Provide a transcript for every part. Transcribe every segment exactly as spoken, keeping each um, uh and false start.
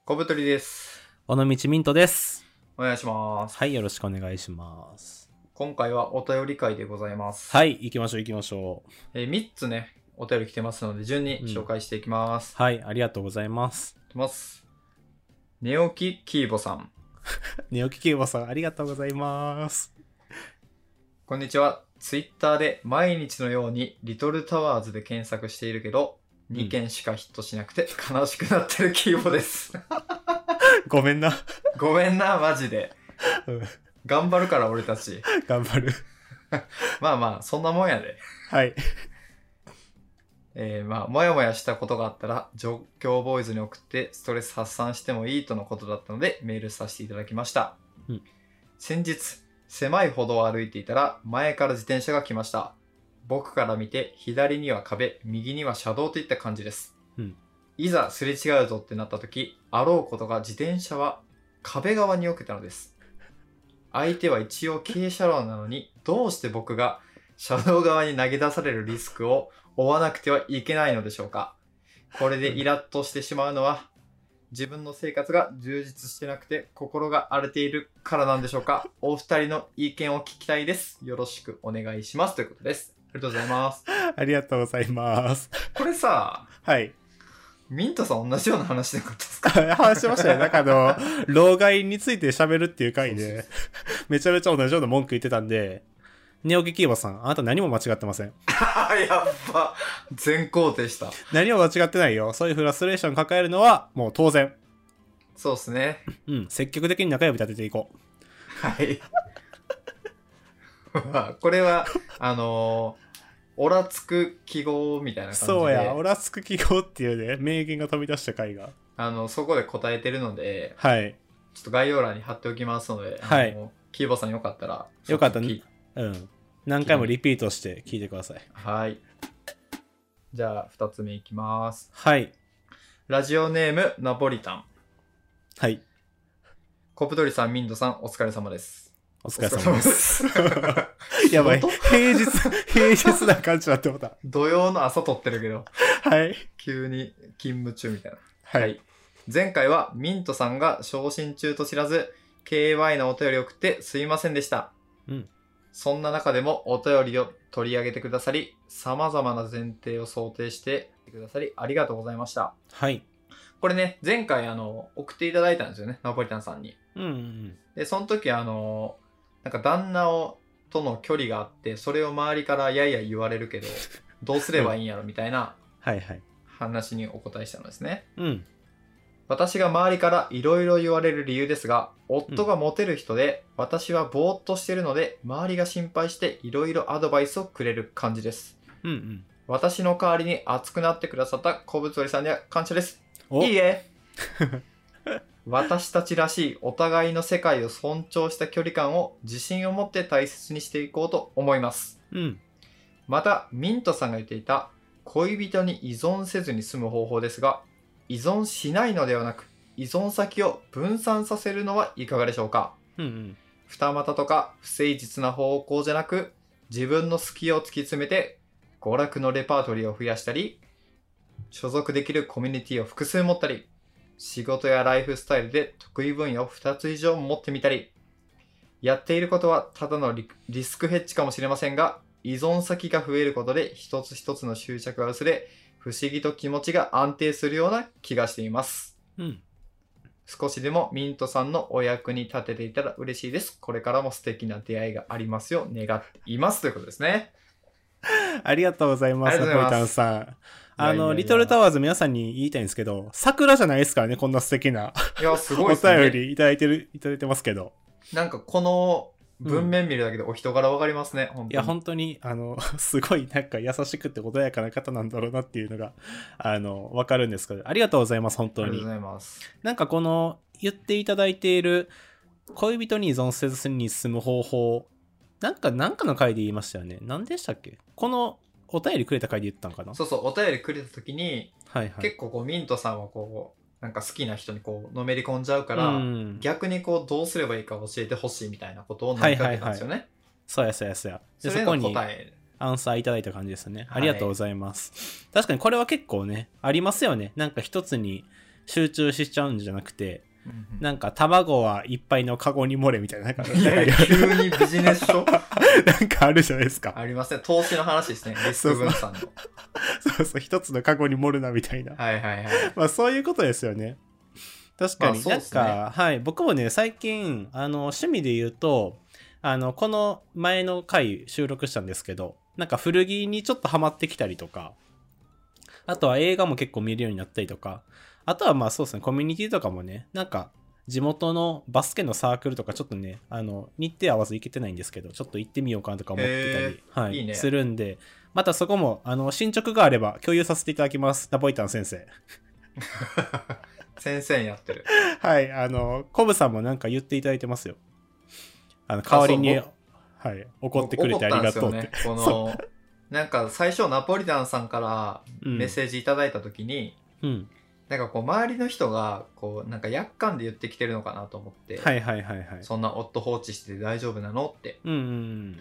小太りです。 尾道ミントです。 お願いします。 はい、よろしくお願いします。 今回はお便り会でございます。 はい、行きましょう行きましょう。 えー、みっつね、お便り来てますので、順に紹介していきます。 うん、はい、ありがとうございます。 いきます。寝起きキーボさん。 寝起きキーボさん、ありがとうございます。 こんにちは。ツイッターで毎日のようにリトルタワーズで検索しているけど、にけんしかヒットしなくて悲しくなってるキーボです。 ごめんな。 ごめんな、マジで。頑張るから俺たち。 頑張る。 まあまあ、そんなもんやで。 はい。 えー、まあ、もやもやしたことがあったら、状況ボーイズに送ってストレス発散してもいいとのことだったので、メールさせていただきました。 うん、 先日、狭い歩道を歩いていたら、前から自転車が来ました。僕から見て、左には壁、右には車道といった感じです。 うん、 いざすれ違うぞってなった時、あろうことが自転車は壁側に避けたのです。相手は一応軽車両なのに、どうして僕が車道側に投げ出されるリスクを負わなくてはいけないのでしょうか。これでイラッとしてしまうのは、自分の生活が充実してなくて心が荒れているからなんでしょうか。お二人の意見を聞きたいです。よろしくお願いします。ということです。ありがとうございます。 ありがとうございます。 これさ、 はい。 ミントさん同じような話なかったですか？ 話しましたよ。なんかあの、老害について喋るっていう回で、めちゃめちゃ同じような文句言ってたんで、寝起きキーボさん、あなた何も間違ってません。 やっぱ、全肯定した。 何も間違ってないよ。そういうフラストレーション抱えるのは、もう当然。 そうですね。 うん、積極的に中指立てていこう。はい。これは、あのー、オラつく記号みたいな感じで。 そうや、オラつく記号っていうね、名言が飛び出した回が。 あの、そこで答えてるので、 はい。 ちょっと概要欄に貼っておきますので、 はい。 あのキーボさんよかったら、 よかったね。うん。何回もリピートして聞いてください。 はい。じゃあ、二つ目いきます。 はい。 ラジオネーム、ナポリタン。 はい。 コプトリさん、ミンドさん、お疲れ様です。 お疲れ様です。やばい。平日、平日な感じだって思った。 土曜の朝撮ってるけど。 はい。 急に勤務中みたいな。 はい。はい、 前回はミントさんが昇進中と知らず、ケーワイ のお便りを送ってすいませんでした。 うん。 そんな中でもお便りを取り上げてくださり、様々な前提を想定してくださり、ありがとうございました。 はい。 これね、前回あの、送っていただいたんですよね、ナポリタンさんに。 うん、うん。 で、その時あの、なんか旦那をとの距離があって、それを周りからやいや言われるけど、どうすればいいんやろみたいなはいはい。 話にお答えしたのですね。 うん。 私が周りからいろいろ言われる理由ですが、夫がモテる人で、うん、私はぼーっとしてるので、周りが心配していろいろアドバイスをくれる感じです。 うんうん。 私の代わりに熱くなってくださった小物りさんには感謝です。いいえ。私たちらしいお互いの世界を尊重した距離感を自信を持って大切にしていこうと思います。 うん。 また、ミントさんが言っていた恋人に依存せずに済む方法ですが、依存しないのではなく、依存先を分散させるのはいかがでしょうか。 うんうん。 二股とか不誠実な方向じゃなく、自分の好きを突き詰めて、娯楽のレパートリーを増やしたり、所属できるコミュニティを複数持ったり、仕事やライフスタイルで得意分野をふたつ以上持ってみたり、やっていることはただの リ, リスクヘッジかもしれませんが、依存先が増えることで一つ一つの執着が薄れ、不思議と気持ちが安定するような気がしています。 うん。 少しでもミントさんのお役に立てていたら嬉しいです。これからも素敵な出会いがありますよう願っています。ということですね。 ありがとうございます、ナポリタンさん。あの、いやいやいやリトルタワーズ皆さんに言いたいんですけど、桜じゃないですからね、こんな素敵な。 いや、すごいですね。 お便りいただいてる、いただいてますけど。 なんかこの文面見るだけでお人柄わかりますね、うん、本当に。 いや、本当に、あの、すごいなんか優しくて穏やかな方なんだろうなっていうのが、あの、わかるんですけど、ありがとうございます、本当に。 ありがとうございます。 なんかこの、言っていただいている、恋人に依存せずに進む方法、なんか、なんかの回で言いましたよね。何でしたっけ？この、お便りくれた回で言ったんかな？ そうそう、お便りくれた時に、 はいはい、 結構こう、ミントさんはこう、なんか好きな人にこう、のめり込んじゃうから、 うん、 逆にこう、どうすればいいか教えてほしいみたいなことを投げかけたんですよね。はいはいはい、 そうやそうやそうや。 で、そこにアンサーいただいた感じですね。ありがとうございます。はい、確かにこれは結構ね、ありますよね。なんか一つに集中しちゃうんじゃなくて、 うんうん、 なんか卵はいっぱいのカゴに漏れみたいな、なんかいやいや急にビジネス書なんかあるじゃないですか。 ありますね。投資の話ですね。リスク分散の。 そうそう、一つのカゴに盛るなみたいな。 はいはいはい。 まあそういうことですよね。確かに、 まあなんか、はい、僕もね、最近、あの、趣味で言うと、あの、この前の回収録したんですけど、なんか古着にちょっとハマってきたりとか、あとは映画も結構見るようになったりとか、あとはまあそうですね、コミュニティとかもね、なんか、地元のバスケのサークルとかちょっとね、あの、日程合わず行けてないんですけど、ちょっと行ってみようかなとか思ってたり、はい、 いいね、 するんで、またそこも、あの、進捗があれば共有させていただきます。ナポイタン先生。 先生にやってる。 はい、あの、コブさんもなんか言っていただいてますよ。あの、代わりに、はい、怒ってくれてありがとうって。 ね、この、なんか最初ナポリタンさんからメッセージいただいたときに、うん、なんかこう周りの人がこうなんか約款で言ってきてるのかなと思って、 はいはいはいはい、 そんな夫放置して大丈夫なのって、 うんうんうん、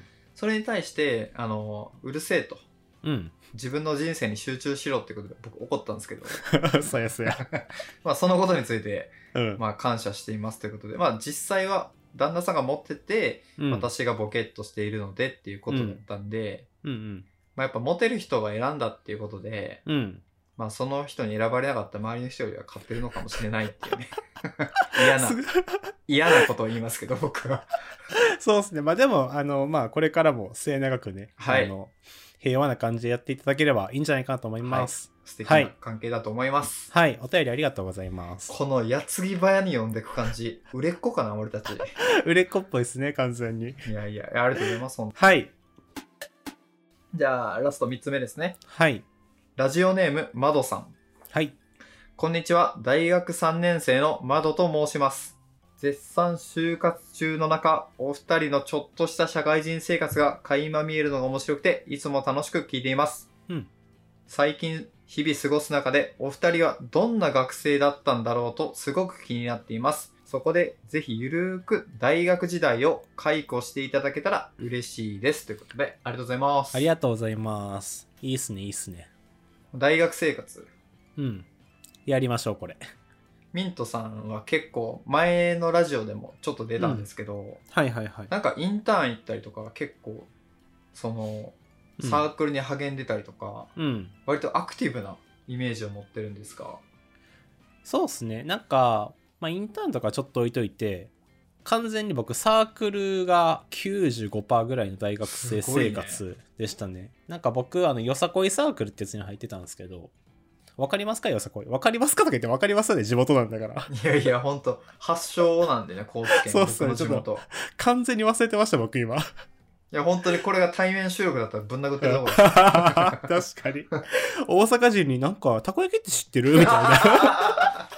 それに対してあのうるせえと、 うん、 自分の人生に集中しろってことで僕怒ったんですけどそうやそうやまあそのことについて、 うん、 まあ感謝していますということで、まあ実際は旦那さんが持ってて、うん、私がボケっとしているのでっていうことだったんで、うんうんうん、まあ、やっぱモテる人が選んだっていうことで、うん、まあその人に選ばれなかった周りの人よりは勝ってるのかもしれないっていうね嫌な嫌なことを言いますけど僕はそうですね。まあでもあのまあこれからも末永くね、はい、あの平和な感じでやっていただければいいんじゃないかなと思います。 はい、素敵な関係だと思います。 はい、はい、お便りありがとうございます。 この矢継ぎ早に読んでいく感じ、売れっ子かな俺たち。 売れっ子っぽいですね完全に。 いやいやありがとうございます。 はい。 じゃあラストみっつめですね。 はい。 ラジオネームまどさん。 はい。 こんにちは。大学さんねん生のまどと申します。絶賛就活中の中、お二人のちょっとした社会人生活が垣間見えるのが面白くて、いつも楽しく聞いています。うん。最近、日々過ごす中で、お二人はどんな学生だったんだろうとすごく気になっています。そこで、ぜひゆるーく大学時代を解雇していただけたら嬉しいです。ということで、ありがとうございます。 ありがとうございます。いいっすね、いいっすね。 大学生活。 うん。やりましょう、これ。 ミントさんは結構前のラジオでもちょっと出たんですけど、うん、 はいはいはい。 なんかインターン行ったりとか結構そのサークルに励んでたりとか、うん、割とアクティブなイメージを持ってるんですか？ そうっすね。なんか、まあ、インターンとかちょっと置いといて、完全に僕サークルが きゅうじゅうごパーセント ぐらいの大学生生活でしたね。ねなんか僕あのよさこいサークルってやつに入ってたんですけど、わかりますかよさこい。わかりますかとか言ってわかりますよね、地元なんだから。 いやいや、ほんと、発祥なんでね、高知県。 そうっすね、ちょっと、完全に忘れてました、僕今。いや、本当にこれが対面収録だったらぶん殴ってるところです。 確かに。大阪人になんか、たこ焼きって知ってるみたいな。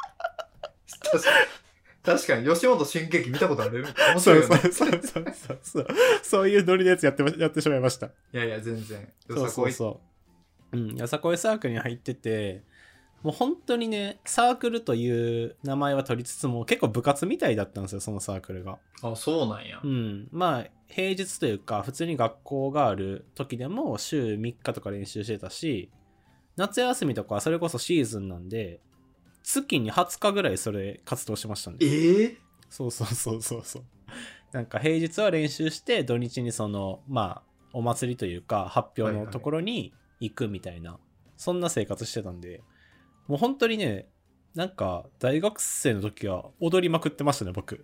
確かに、吉本新喜劇見たことある？面白いよね。そうそうそうそうそう。そういうノリのやつやって、やってしまいました。いやいや、全然。 よさこい。そうそうそう。うん、よさこいサークルに入ってて、もう本当にね、サークルという名前は取りつつも結構部活みたいだったんですよ、そのサークルが。 あ、そうなんや。 うん。まあ、平日というか、普通に学校がある時でも週みっかとか練習してたし、夏休みとかはそれこそシーズンなんで、月にはつかぐらいそれ活動しましたね。 えー、 そうそうそうそうそう。なんか平日は練習して、土日にその、まあ、お祭りというか、発表のところに、はいはい行くみたいな、そんな生活してたんで、もう本当にね、なんか大学生の時は踊りまくってましたね、僕。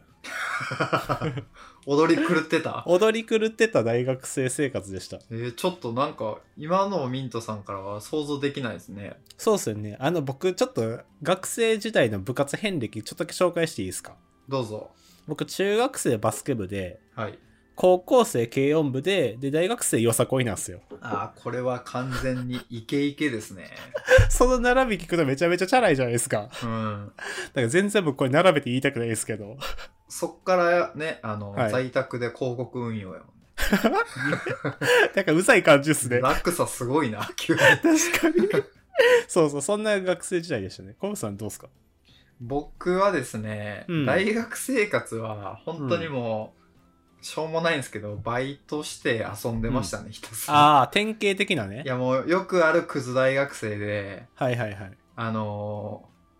踊り狂ってた？ 踊り狂ってた大学生生活でした。 えー、ちょっとなんか今のミントさんからは想像できないですね。 そうですよね。あの僕ちょっと学生時代の部活遍歴ちょっとだけ紹介していいですか？ どうぞ。 僕中学生バスケ部で、 はい。 高校生軽音部で、で、大学生よさこいなんですよ。 ああ、これは完全にイケイケですね。 その並び聞くとめちゃめちゃチャラいじゃないですか。うん。だから全然僕これ並べて言いたくないですけど。 そっからね、あの、はい、在宅で広告運用やもんね。 なんかうざい感じですね。 落差すごいな、急に。 確かに。そうそう、そんな学生時代でしたね。コムさんどうですか？ 僕はですね、うん、大学生活は本当にもう、うんしょうもないんですけど、バイトして遊んでましたね、うん、ひたすら。 ああ、典型的なね。 いやもうよくあるクズ大学生で、 はいはいはい。 あのー、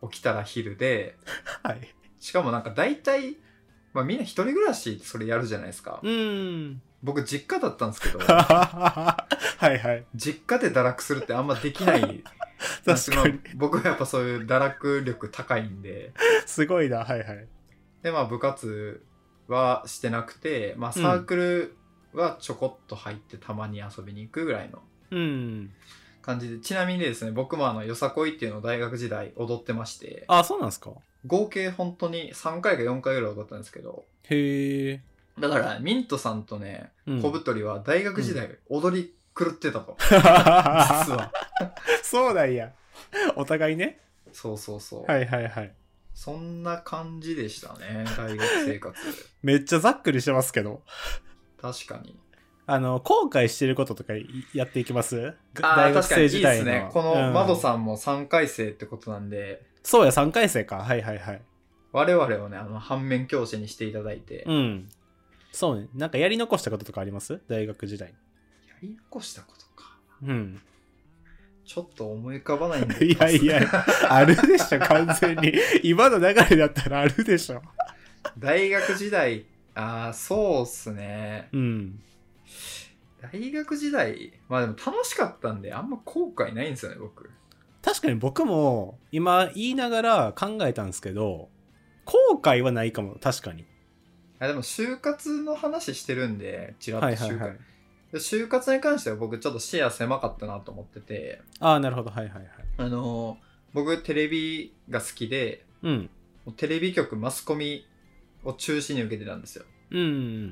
起きたら昼で、 はいしかもなんか大体、まあ、みんな一人暮らしそれやるじゃないですか。 うーん僕実家だったんですけどはいはい実家で堕落するってあんまできない確かに僕はやっぱそういう堕落力高いんで、 すごいな。はいはいでまあ部活はしてなくて、まあ、サークルはちょこっと入ってたまに遊びに行くぐらいのうん感じで、ちなみにですね、僕もあのよさこいっていうのを大学時代踊ってまして、 あそうなんですか。 合計本当にさんかいかよんかいぐらい踊ったんですけど、 へえだからミントさんとね、 うん小太りは大学時代踊り狂ってたと、実はそうなんや。お互いね。 そうそうそう、 はいはいはい。 そんな感じでしたね、大学生活。 めっちゃざっくりしてますけど。 確かに。 あの、後悔してることとかやっていきます？ あ大学生時代の。 いいですね。この窓さんもさんかい生ってことなんで、 うん、そうや、さんかい生か。はいはいはい。 我々をね、あの、反面教師にしていただいて。 うん。そうね。なんかやり残したこととかあります？大学時代。 やり残したことか。 うん。 ちょっと思い浮かばないんで。 いやいや、あるでしょ、完全に。今の流れだったらあるでしょ。 大学時代、ああ、そうっすね。 うん。 大学時代、まあでも楽しかったんで、あんま後悔ないんですよね、僕。 確かに僕も今言いながら考えたんですけど、後悔はないかも、確かに。 あでも就活の話してるんで、ちらっと就活。 はいはいはい。 就活に関しては僕ちょっと視野狭かったなと思ってて。 ああ、なるほど。はいはいはい。 あのー、僕テレビが好きで、 うん。 テレビ局マスコミを中心に受けてたんですよ。 うん。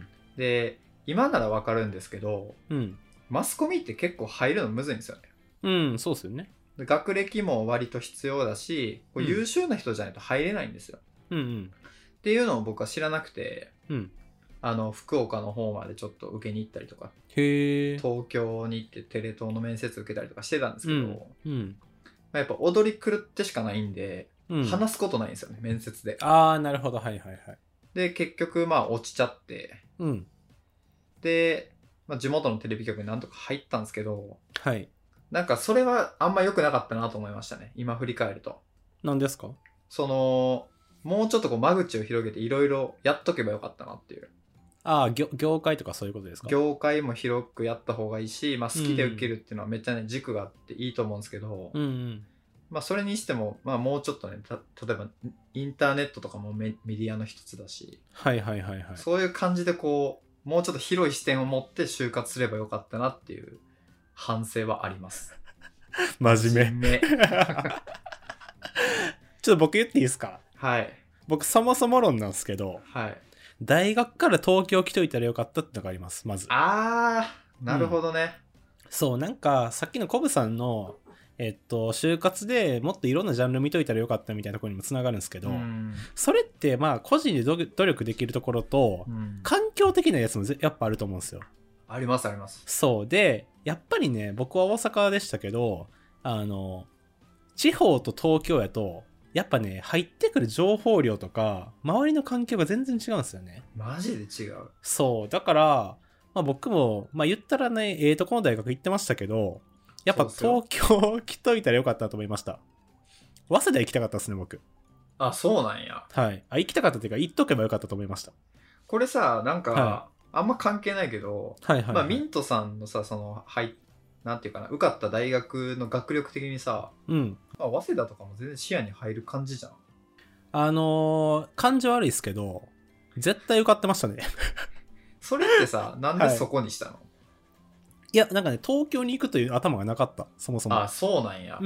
で、今ならわかるんですけど、 うん。 マスコミって結構入るのむずいんですよね。 うん、そうっすよね。 で学歴も割と必要だし、こう優秀な人じゃないと入れないんですよ。 うんうん。 っていうのを僕は知らなくて、 うん。 あの、福岡の方までちょっと受けに行ったりとか、 へえ。 東京に行ってテレ東の面接受けたりとかしてたんですけど、 うん。うん。 まあ、やっぱ踊り狂ってしかないんで、 うん、 話すことないんですよね、面接で。 ああ、なるほど。はいはいはい。 で、結局まあ落ちちゃって、 うん。 で、まあ、地元のテレビ局になんとか入ったんですけど、 はい。 なんかそれはあんま良くなかったなと思いましたね、今振り返ると。 何ですか？ その、もうちょっとこう間口を広げていろいろやっとけばよかったなっていう。 ああ、業、業界とかそういうことですか？ 業界も広くやった方がいいし、まあ、好きで受けるっていうのはめっちゃね、軸があっていいと思うんですけど、 うんうん。 まあそれにしても、まあもうちょっとね、た例えばインターネットとかもメメディアの一つだし、 はいはいはいはい。 そういう感じでこう、もうちょっと広い視点を持って就活すればよかったなっていう反省はあります。 真面目。 真面目。 ちょっと僕言っていいですか？ はい。 僕そもそも論なんですけど、 はい。 大学から東京来といたらよかったってのがあります、まず。 あー、なるほどね。 うん、そう、なんかさっきのコブさんの、えっと、就活でもっといろんなジャンル見といたらよかったみたいなところにもつながるんですけど、うん、それってまあ個人で努力できるところと、うん、環境的なやつもやっぱあると思うんですよ。 ありますあります。 そうで、やっぱりね、僕は大阪でしたけど、あの地方と東京やとやっぱね、入ってくる情報量とか周りの環境が全然違うんですよね。 マジで違う。 そうだから、まあ、僕もまあ言ったらね、ええとこの大学行ってましたけど、やっぱ東京来といたらよかったと思いました。早稲田行きたかったですね、僕。 あ、そうなんや。 はい。あ、行きたかったっていうか、行っとけばよかったと思いました。 これさ、なんか、 はい、 あんま関係ないけど、 はいはいはい、 まあミントさんのさ、その、はい、なんていうかな、受かった大学の学力的にさ、 うん。 まあ、早稲田とかも全然視野に入る感じじゃん。 あのー、感じ悪いですけど、絶対受かってましたね。 それってさ、なんでそこにしたの？はい、 いや、なんかね、東京に行くという頭がなかった、そもそも。 あ、そうなんや。 うん。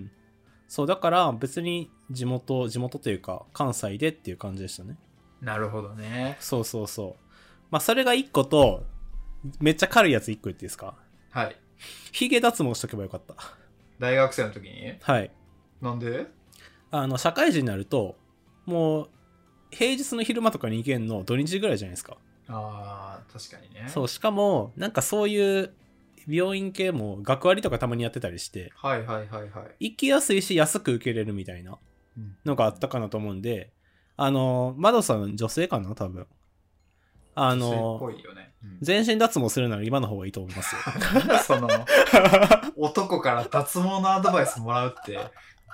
そう、だから別に地元、地元というか、関西でっていう感じでしたね。 なるほどね。 そうそうそう。まあ、それが一個と、めっちゃ軽いやつ一個言っていいですか？ はい。 ヒゲ脱毛しとけばよかった。 大学生の時に？ はい。 なんで？ あの、社会人になると、もう、平日の昼間とかに行けんの土日ぐらいじゃないですか。 ああ、確かにね。 そう、しかも、なんかそういう病院系も学割とかたまにやってたりして、 はいはいはいはい。 行きやすいし安く受けれるみたいなのがあったかなと思うんで、あの、マドさん女性かな多分。あの、 女性っぽいよね。うん、 全身脱毛するなら今の方がいいと思いますよ。 その、男から脱毛のアドバイスもらうって、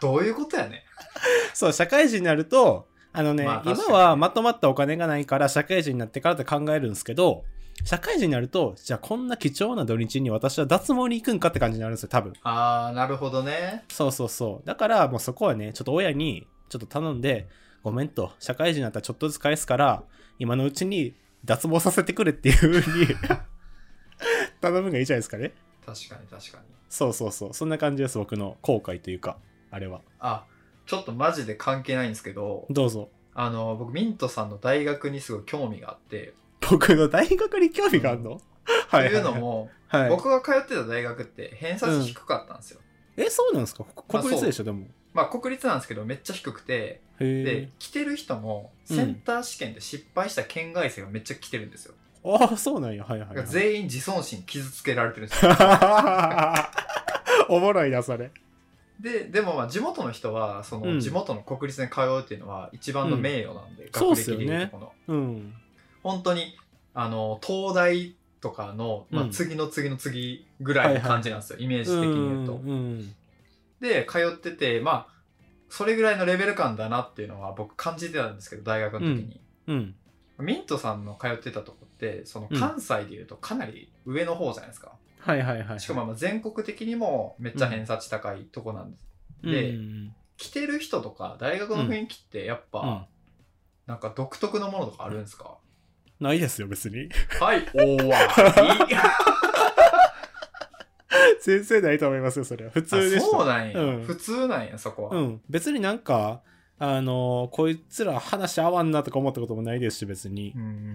どういうことやねん。 そう社会人になるとあのね、 まあ確かに今はまとまったお金がないから社会人になってからって考えるんですけど、社会人になるとじゃあこんな貴重な土日に私は脱毛に行くんかって感じになるんですよ多分。 あーなるほどね。 そうそうそう。だからもうそこはねちょっと親にちょっと頼んで、ごめんと社会人になったらちょっとずつ返すから今のうちに脱毛させてくれっていう風に頼むのがいいじゃないですかね。 確かに確かに。 そうそうそう、そんな感じです僕の後悔というかあれは。 あ、ちょっとマジで関係ないんですけど、 どうぞ。 あの僕ミントさんの大学にすごい興味があって、 僕の大学に興味があるの、うん、 というのも、 はい、 僕が通ってた大学って偏差値低かったんですよ、 うん、えそうなんですか。国立でしょ、まあ、でもまあ国立なんですけどめっちゃ低くて、で来てる人もセンター試験で失敗した県外生がめっちゃ来てるんですよ、 うん、ああそうなんや。はいはい、はい、 全員自尊心傷つけられてるんですよおもろいなそれで。でもまあ地元の人はその地元の国立に通うっていうのは一番の名誉なんで、うん、学歴でいうとこの、 うん、 本当にあの東大とかの、まあ、次の次の次ぐらいの感じなんですよ、はいはい、イメージ的に言うと、うんうん、で通っててまあそれぐらいのレベル感だなっていうのは僕感じてたんですけど大学の時に、うんうん、ミントさんの通ってたとこってその関西でいうとかなり上の方じゃないですか、 うん、はいはいはい、はい、 しかもまあ全国的にもめっちゃ偏差値高いとこなんです、うん、で、うん、来てる人とか大学の雰囲気ってやっぱ、うん、なんか独特のものとかあるんですか？ ないですよ別に。 はいおーわい先生ないと思いますよそれは。普通でした。 そうなんや、うん、普通なんやそこは。 うん別になんかあのー、こいつら話合わんなとか思ったこともないですし別に、うん、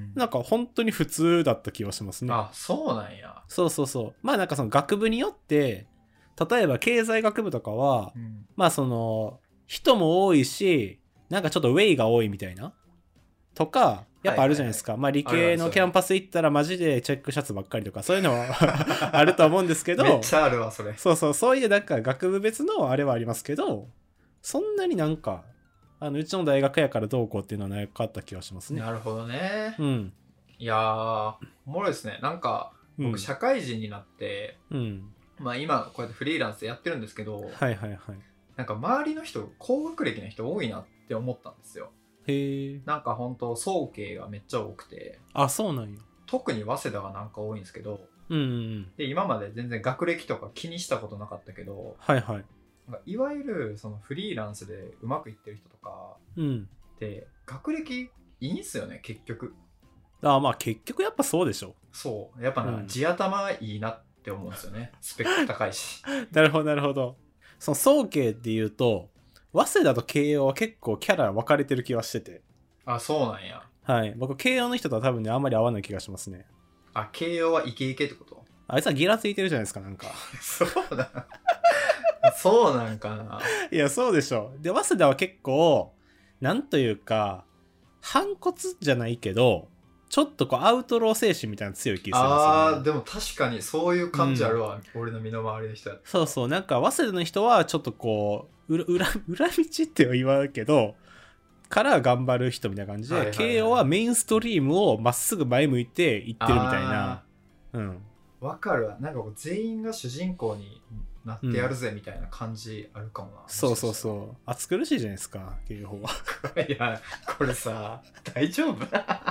なんか本当に普通だった気はしますね。 あそうなんや。 そうそうそう。まあなんかその学部によって例えば経済学部とかは、うん、まあその人も多いしなんかちょっとウェイが多いみたいなとかやっぱあるじゃないですか、はいはいはい、まあ理系のキャンパス行ったらマジでチェックシャツばっかりとかそういうのはあると思うんですけどめっちゃあるわそれ。 そうそうそういうなんか学部別のあれはありますけどそんなになんかあのうちの大学やからどうこうっていうのはなかった気がしますね。 なるほどね。 うんいやーおもろいですね。なんか僕社会人になって、うん、まあ今こうやってフリーランスでやってるんですけど、 はいはいはい、 なんか周りの人高学歴な人多いなって思ったんですよ。 へなんか本当早慶がめっちゃ多くて。 あそうなんや。 特に早稲田がなんか多いんですけど、 うんうんうん、 で今まで全然学歴とか気にしたことなかったけど、 はいはい、 なんかいわゆるそのフリーランスでうまくいってる人とかって、うん、学歴いいんすよね結局。 あまあ結局やっぱそうでしょ。 そうやっぱな、うん、地頭いいなって思うんですよね。スペック高いしなるほどなるほど。その早慶っていうと早稲田と慶応は結構キャラ分かれてる気はしてて。 あそうなんや。 はい僕慶応の人とは多分ねあんまり合わない気がしますね。 あ慶応はイケイケってこと？ あいつはギラついてるじゃないですかなんかそうだそうなんかな。 いやそうでしょ。で早稲田は結構なんというか反骨じゃないけどちょっとこうアウトロー精神みたいな強い気がするんですよ、ね、 あーでも確かにそういう感じあるわ、うん、俺の身の回りの人やった。 そうそうなんか早稲田の人はちょっとこう裏裏裏道っては言わんけどから頑張る人みたいな感じで、はいはいはい、慶応はメインストリームをまっすぐ前向いていってるみたいな。うんわかるわ。なんかこう全員が主人公になってやるぜみたいな感じあるかもな、うん、 そうそうそう暑苦しいじゃないですか慶応はいやこれさ大丈夫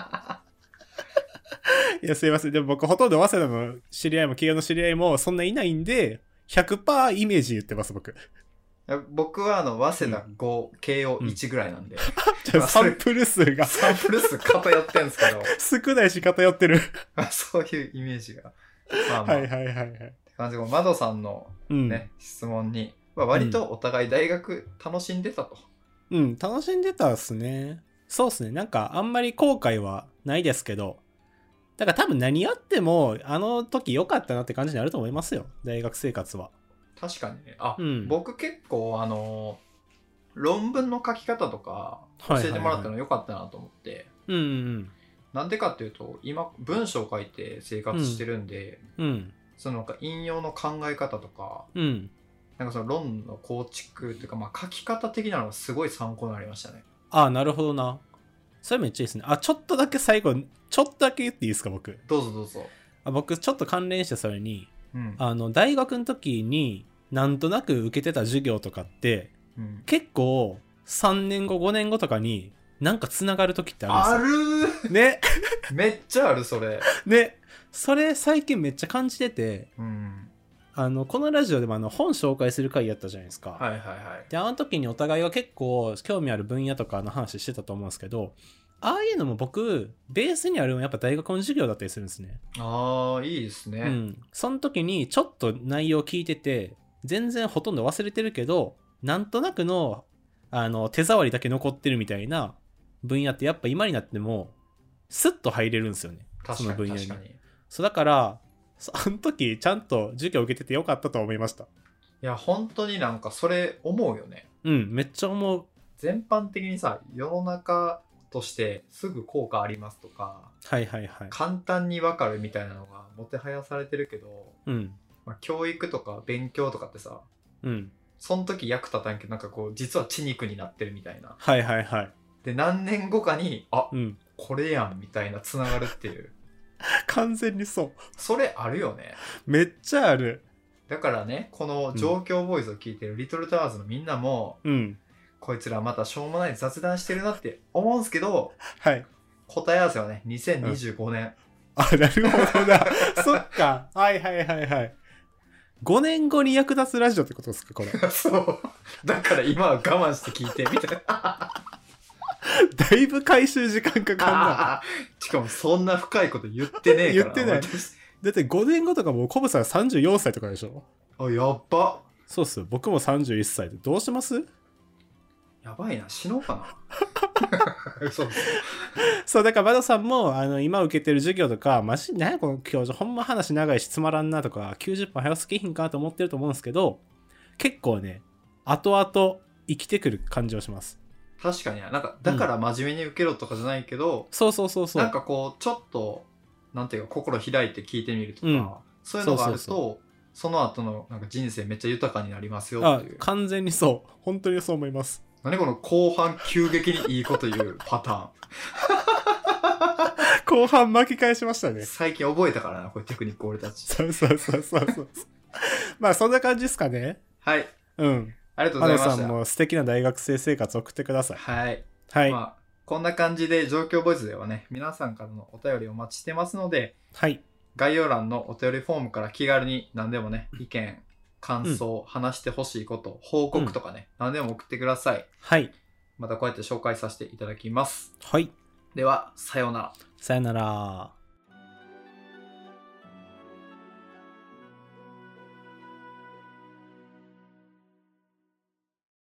いやすいませんでも僕ほとんど早稲田の知り合いも慶応の知り合いもそんないないんで ひゃくパーセント イメージ言ってます僕。 僕はあの早稲田ご、うん、慶応いちぐらいなんで、 うん、サンプル数がサンプル数偏ってんですけど少ないし偏ってるそういうイメージがまあまあはいはいはいはいって感じで窓さんのね、うん、質問に、まあ、割とお互い大学楽しんでたと。 うん、うん、楽しんでたっすね。そうっすねなんかあんまり後悔はないですけどだから多分何やってもあの時良かったなって感じになると思いますよ大学生活は。 確かにねあ、うん、僕結構あの論文の書き方とか教えてもらったの良かったなと思って、 はいはいはい、うんうんなんでかっていうと今文章を書いて生活してるんで、 うんうん、 そのなんか引用の考え方とか、 うん、 なんかその論の構築っていうかまあ書き方的なのがすごい参考になりましたね。 ああなるほどなそれめっちゃいいですね。あちょっとだけ最後ちょっとだけ言っていいですか僕。 どうぞどうぞ。 あ僕ちょっと関連してそれに、 うん、 あの大学の時になんとなく受けてた授業とかってうん、 結構さんねんごごねんごとかになんかつながる時ってああるんですよ。 るーねめっちゃあるそれ。 ねそれ最近めっちゃ感じてて、 うんあのこのラジオでもあの本紹介する回やったじゃないですか。 はいはいはい。 であの時にお互いは結構興味ある分野とかの話してたと思うんですけど、ああいうのも僕ベースにあるのはやっぱ大学の授業だったりするんですね。 ああいいですね。 うん、その時にちょっと内容聞いてて全然ほとんど忘れてるけどなんとなくのあの手触りだけ残ってるみたいな分野ってやっぱ今になってもスッと入れるんですよね。 確かにその分野に。 確かに。いそうだからあの時ちゃんと授業受けててよかったと思いました。 や本当になんかそれ思うよね。 うんめっちゃ思う。 全般的にさ世の中としてすぐ効果ありますとかはいはいはい。 簡単に分かるみたいなのがもてはやされてるけど、 うんまあ、教育とか勉強とかってさうんその時役立たんけどなんかこう実は血肉になってるみたいな。 はいはいはい。 で何年後かにあうんこれやんみたいなつながるっていう完全にそう。 それあるよね。 めっちゃある。 だからねこの状況ボーイズを聞いてるリトルタワーズのみんなも、 うんこいつらまたしょうもない雑談してるなって思うんすけどはい。 答え合わせはねにせんにじゅうごねん、 あ、なるほどな。そっか。はいはいはいはい。ごねんごに役立つラジオってことですか、これ。 そうだから今は我慢して聞いてみたいなだいぶ回収時間かかんな。 しかもそんな深いこと言ってねえから言ってないだってごねんごとかもうコブさんさんじゅうよんさいとかでしょ。 あやっばそうっす。僕もさんじゅういっさいで。どうします？ やばいな死のうかなそうそう、だからバドさんも、あの、今受けてる授業とか、マジ、何やこの教授、ほんま話長いしつまらんなとか、きゅうじゅっぷん早すぎひんかなと思ってると思うんですけど、結構ね、後々生きてくる感じをします。 確かになんかだから真面目に受けろとかじゃないけど、 そうそうそうそう。 なんかこうちょっとなんていうか心開いて聞いてみるとか、 うんそういうのがあるとそうそうその後のなんか人生めっちゃ豊かになりますよあっていう。 完全にそう。本当にそう思います。 何この後半急激にいいこと言うパターン後半巻き返しましたね。 最近覚えたからなこれテクニック俺たち。 そうそうそうそうそう。まあそんな感じですかね。 はいうん。 ありがとうございました。 花さんも素敵な大学生生活を送ってください。 はい、 はい。 まあこんな感じで状況ボイスではね皆さんからのお便りをお待ちしてますので、 はい。 概要欄のお便りフォームから気軽に何でもね意見感想、うん、話してほしいこと報告とかね、うん、何でも送ってください。 はい。 またこうやって紹介させていただきます。 はい。 ではさようなら。 さよなら。